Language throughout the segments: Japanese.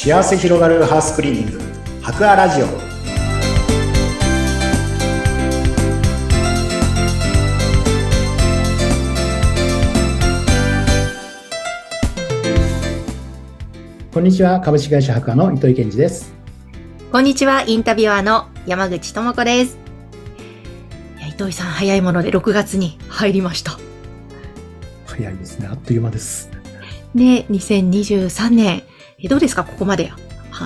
幸せ広がるハウスクリーニング博アラジオ。こんにちは、株式会社博アの糸井健二です。 こんにちは、インタビュアーの山口智子です。糸井さん、早いもので6月に入りました。 早いですね、あっという間ですね。2023年どうですか、ここまで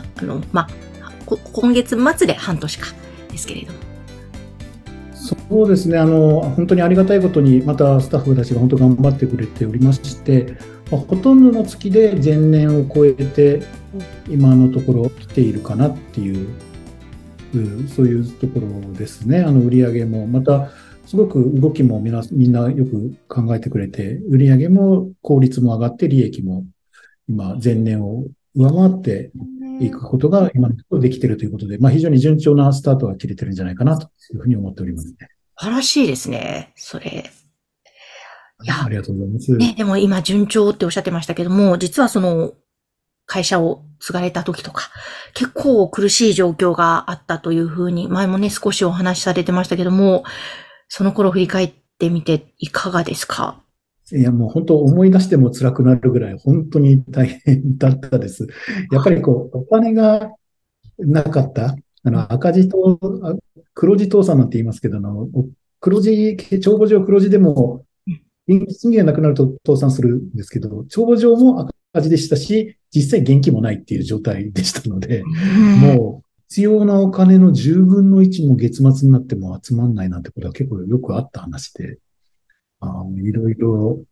今月末で半年かですけれども。 そうですね、本当にありがたいことにまたスタッフたちが本当頑張ってくれておりまして、ほとんどの月で前年を超えて今のところ来ているかなっていう、そういうところですね。売上もまたすごく動きもみんなよく考えてくれて、売上も効率も上がって利益も今前年を上回っていくことが今のところできているということで、非常に順調なスタートが切れてるんじゃないかなというふうに思っておりますね。 素晴らしいですね、それ。 ありがとうございます。 ね、でも今順調っておっしゃってましたけども、実はその会社を継がれた時とか、結構苦しい状況があったというふうに、前もね、少しお話しされてましたけども、その頃振り返ってみていかがですか？ いや、もう本当思い出しても辛くなるぐらい本当に大変だったです。やっぱりお金がなかった、赤字と、黒字倒産なんて言いますけど、黒字、帳簿上黒字でも、現金がなくなると倒産するんですけど、帳簿上も赤字でしたし、実際現金もないっていう状態でしたので、もう必要なお金の10分の1も月末になっても集まんないなんてことは結構よくあった話で、いろいろ、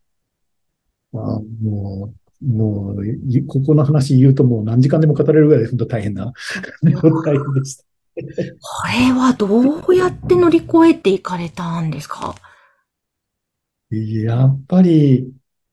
ここの話言うともう何時間でも語れるぐらい本当大変な状態でした。 これはどうやって乗り越えていかれたんですか？ やっぱり、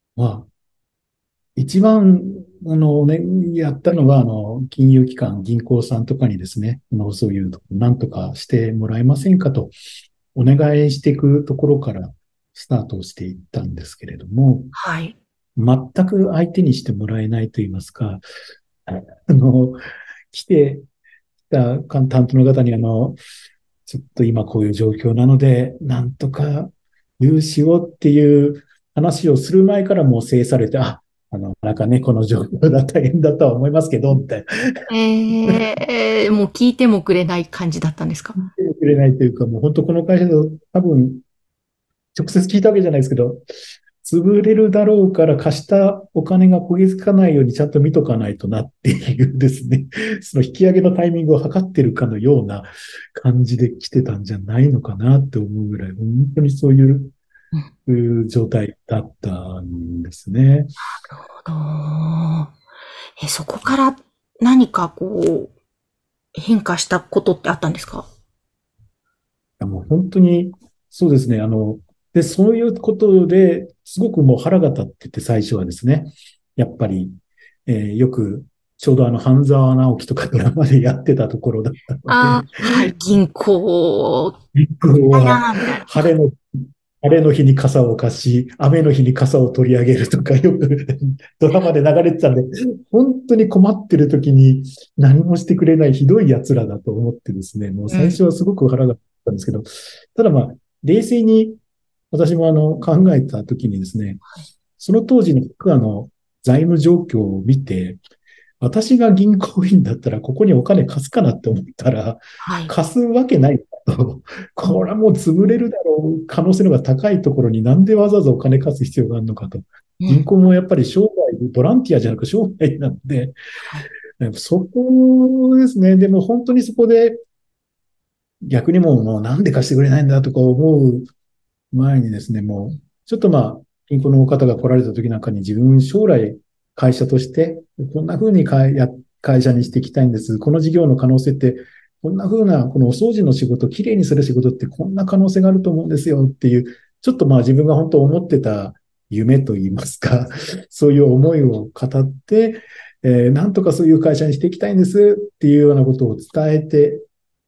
一番、やったのが、金融機関、銀行さんとかにですね、そういう、なんとかしてもらえませんかと、お願いしていくところからスタートをしていったんですけれども、 はい。 全く相手にしてもらえないと言いますか、あの、来てきた担当の方に、ちょっと今こういう状況なので、なんとか融資をっていう話をする前からもう制されて、なんかね、この状況だ大変だとは思いますけど、みたいな。 もう聞いてもくれない感じだったんですか？ 聞いてくれないというか、もう本当この会社で多分、直接聞いたわけじゃないですけど、潰れるだろうから貸したお金が焦げ付かないようにちゃんと見とかないとなっていうですね、その引き上げのタイミングを測ってるかのような感じで来てたんじゃないのかなって思うぐらい、本当にそういう状態だったんですね。 なるほど。そこから何か変化したことってあったんですか？ もう本当にそうですね。で、そういうことですごくもう腹が立ってて最初はですね、やっぱり、よくちょうど半沢直樹とかドラマでやってたところだったので、 はい、銀行、 銀行はみたいな。 晴れの日に傘を貸し、雨の日に傘を取り上げるとかよくドラマで流れてたんで、本当に困ってる時に何もしてくれないひどい奴らだと思ってですね、もう最初はすごく腹が立ったんですけど、ただ冷静に私も考えた時にですね、その当時の僕財務状況を見て、私が銀行員だったらここにお金貸すかなって思ったら、 はい。 貸すわけないと。これはもう潰れるだろう可能性の方が高いところになんでわざわざお金貸す必要があるのかと。銀行もやっぱり商売、ボランティアじゃなく商売なので、 はい。 そこですね。でも本当にそこで逆にもうなんで貸してくれないんだとか思う前にですね、もうちょっと銀行の方が来られた時なんかに自分将来会社としてこんな風に会社にしていきたいんです。この事業の可能性ってこんな風なこのお掃除の仕事、きれいにする仕事ってこんな可能性があると思うんですよっていう、ちょっと自分が本当思ってた夢といいますか、そういう思いを語って、なんとかそういう会社にしていきたいんですっていうようなことを伝えて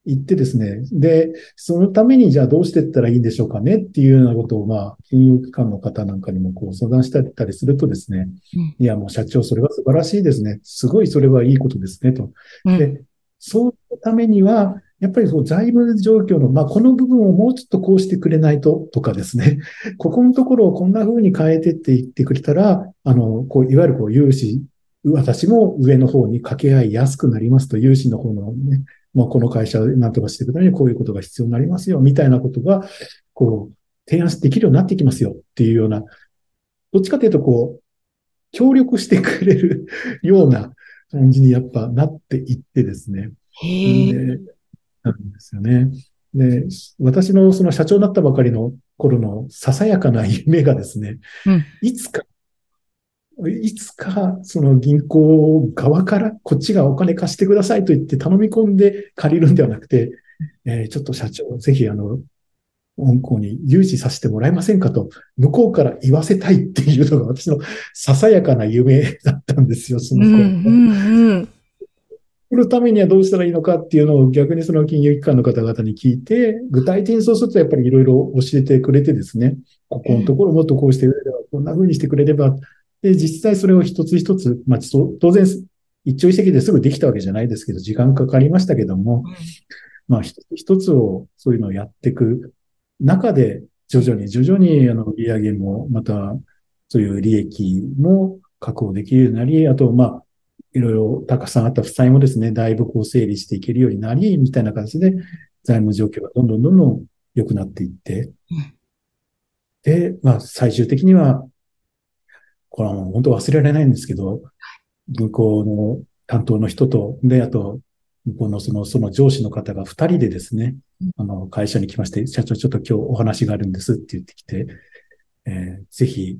言ってですね、で、そのためにじゃあどうしていったらいいんでしょうかねっていうようなことを、金融機関の方なんかにもこう相談したりするとですね、 うん。 いや、もう社長、それは素晴らしいですね。すごいそれはいいことですね、と。 うん。 で、そういうためには、やっぱりそう財務状況の、この部分をもうちょっとこうしてくれないととかですね、ここのところをこんな風に変えてって言ってくれたら、いわゆる融資、私も上の方に掛け合いやすくなりますと、融資の方のね、この会社をなんとかしていくためにこういうことが必要になりますよ、みたいなことが、提案できるようになってきますよっていうような、どっちかというと、協力してくれるような感じにやっぱなっていってですね。 へで、 え。 なんですよね。で、私のその社長になったばかりの頃のささやかな夢がですね、 うん。 いつかいつか、その銀行側からこっちがお金貸してくださいと言って頼み込んで借りるんではなくて、ちょっと社長、ぜひ本校に融資させてもらえませんかと、向こうから言わせたいっていうのが私のささやかな夢だったんですよ、そうん、うの頃。 ん、うん。 そのためにはどうしたらいいのかっていうのを逆にその金融機関の方々に聞いて、具体的にそうするとやっぱりいろいろ教えてくれてですね、ここのところもっとこうしてくれれば、こんな風にしてくれれば、で、実際それを一つ一つ、当然一朝一夕ですぐできたわけじゃないですけど、時間かかりましたけども、 うん。 一つ一つをそういうのをやっていく中で、徐々に売上も、またそういう利益も確保できるようになり、あと、いろいろたくさんあった負債もですね、だいぶ整理していけるようになり、みたいな感じで、財務状況がどんどん良くなっていって、 うん。 で、最終的には、これはもう本当忘れられないんですけど、銀行の担当の人と、で、あと、向こうのその上司の方が二人でですね、会社に来まして、社長ちょっと今日お話があるんですって言ってきて、ぜひ、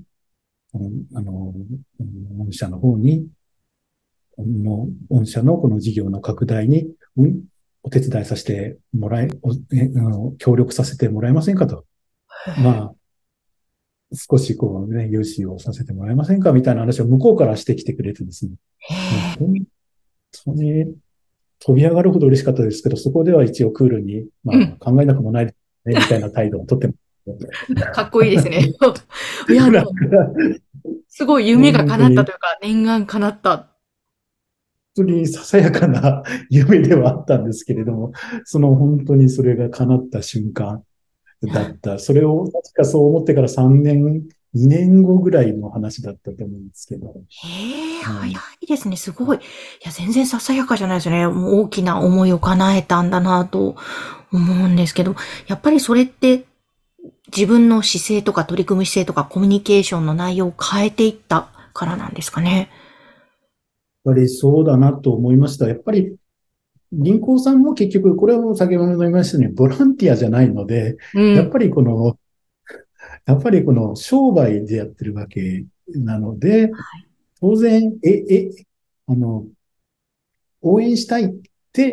御社の方に、御社のこの事業の拡大に、お手伝いさせてもらえ、協力させてもらえませんかと。まあ、少し融資をさせてもらえませんかみたいな話を向こうからしてきてくれてですね。 へえ。 もう本当に飛び上がるほど嬉しかったですけど、そこでは一応クールに、 うん。 考えなくもないね、みたいな態度をとってもかっこいいですね。いや、でなんか、 も、すごい夢が叶った本当に、 というか、念願叶った。 本当にささやかな夢ではあったんですけれども、本当にそれが叶った瞬間だった。それを確かそう思ってから3年、2年後ぐらいの話だったと思うんですけど、 へえ、早はい。 いですね。すごい。いや、全然ささやかじゃないですよね。もう大きな思いを叶えたんだなと思うんですけど、やっぱりそれって自分の姿勢とか取り組む姿勢とかコミュニケーションの内容を変えていったからなんですかね。 やっぱりそうだなと思いました。やっぱり銀行さんも結局、これはもう先ほども言いましたように、ボランティアじゃないので、 うん。 やっぱり商売でやってるわけなので、当然、あの、応援したいって、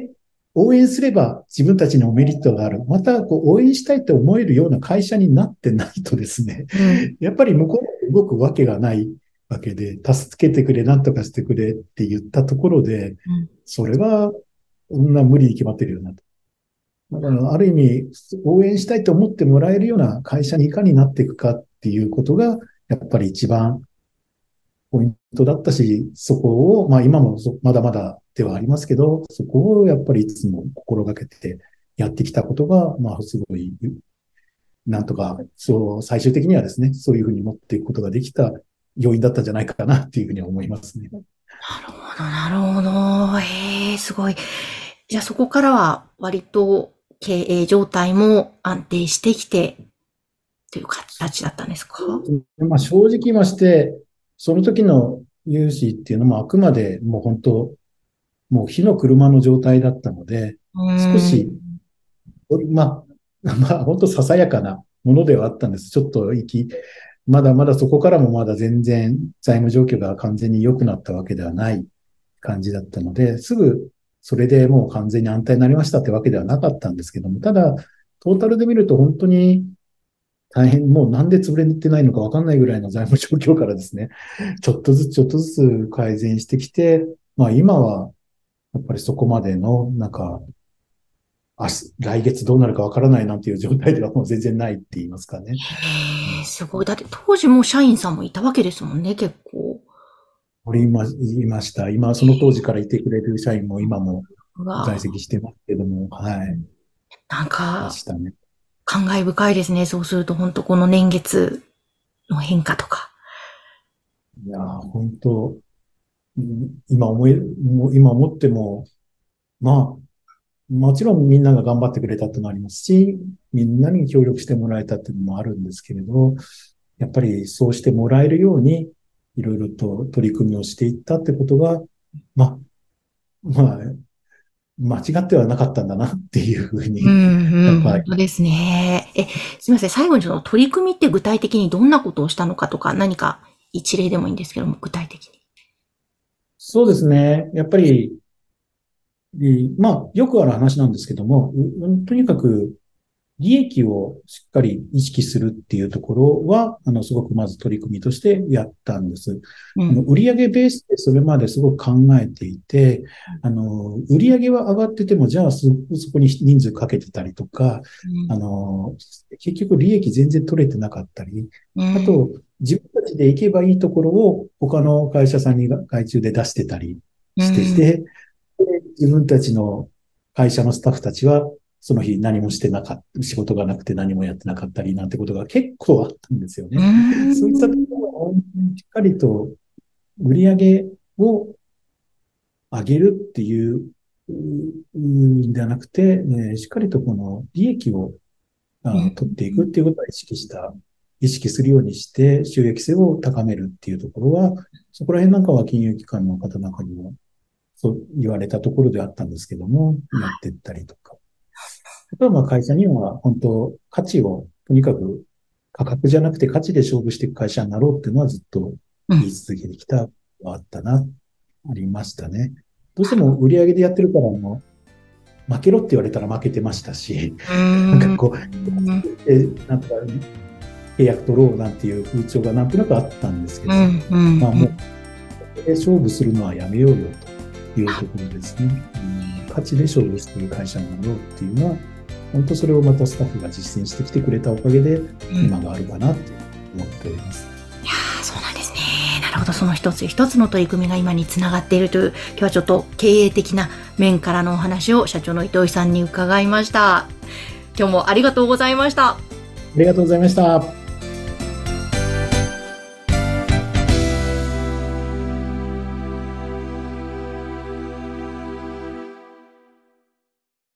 応援すれば自分たちのメリットがある。また、応援したいと思えるような会社になってないとですね、 うん。 やっぱり向こうで動くわけがないわけで、助けてくれ、なんとかしてくれって言ったところで、 うん。 それは、そんな無理に決まってるよなと。だから、ある意味、応援したいと思ってもらえるような会社にいかになっていくかっていうことが、やっぱり一番ポイントだったし、そこを、今もまだまだではありますけど、そこをやっぱりいつも心がけてやってきたことが、すごい、なんとか、最終的にはですね、そういうふうに持っていくことができた要因だったんじゃないかなっていうふうに思いますね。 なるほど、なるほど。へえ、すごい。じゃあそこからは割と経営状態も安定してきてという形だったんですか？ 正直言いまして、その時の融資っていうのもあくまでもう本当、もう火の車の状態だったので、 うー少し、 ん。 ま本当ささやかなものではあったんです。ちょっとまだまだそこからもまだ全然財務状況が完全に良くなったわけではない感じだったので、すぐそれでもう完全に安泰になりましたってわけではなかったんですけども、ただ、トータルで見ると本当に大変、もうなんで潰れてないのかわかんないぐらいの財務状況からですね、ちょっとずつ改善してきて、今はやっぱりそこまでの、なんか、 来月どうなるかわからないなんていう状態ではもう全然ないって言いますかね。 へえ、すごい。だって当時も社員さんもいたわけですもんね、結構。 いました。今、その当時からいてくれる社員も今もうわ、 在籍してますけども、はい。 なんいまか、 したね。 感慨深いですね。そうすると、本当この年月の変化とか。 いやー、本当、今思っても、まあ、もちろんみんなが頑張ってくれたっていうのもありますし、みんなに協力してもらえたっていうのもあるんですけれど、やっぱりそうしてもらえるように、いろいろと取り組みをしていったってことが、まあ、まあ、間違ってはなかったんだなっていうふううに、 んうん、 やっぱり、 本当ですね。すみません。最後にその取り組みって具体的にどんなことをしたのかとか、何か一例でもいいんですけども、具体的に。 そうですね。やっぱり、まあ、よくある話なんですけども、とにかく利益をしっかり意識するっていうところは、すごくまず取り組みとしてやったんです。 うん。 売上ベースでそれまですごく考えていて、売上は上がってても、じゃあそこに人数かけてたりとか、 うん。 結局利益全然取れてなかったり、 うん。 あと、自分たちで行けばいいところを他の会社さんに外注で出してたりしてうんて、自分たちの会社のスタッフたちは、その日何もしてなかった、仕事がなくて何もやってなかったりなんてことが結構あったんですようね。そういったとん。 ころをしっかりと売り上げを上げるっていううんではなくて、しっかりとこの利益をうん。 取っていくっていうことは意識するようにして収益性を高めるっていうところは、そこら辺なんかは金融機関の方なんかにもそう言われたところであったんですけども、やっていったりとか。あとはまあ会社には本当価値をとにかく価格じゃなくて価値で勝負していく会社になろうっていうのはずっとうん。 言い続けてきたはあったな、ありましたね。どうしても売り上げでやってるから負けろって言われたら負けてましたし、 うん。 なんかこう、なんか契約取ろうなんていう風潮がなんとなくあったんですけど、 うん。うん。 まあもう勝負するのはやめようよというところですね。価値で勝負している会社になろうっていうのは、本当それをまたスタッフが実践してきてくれたおかげで、 うん。 今があるかなって思っております。 いやー、そうなんですね。なるほど。その一つ一つの取り組みが今につながっているという、今日はちょっと経営的な面からのお話を社長の糸井さんに伺いました。今日もありがとうございました。 ありがとうございました。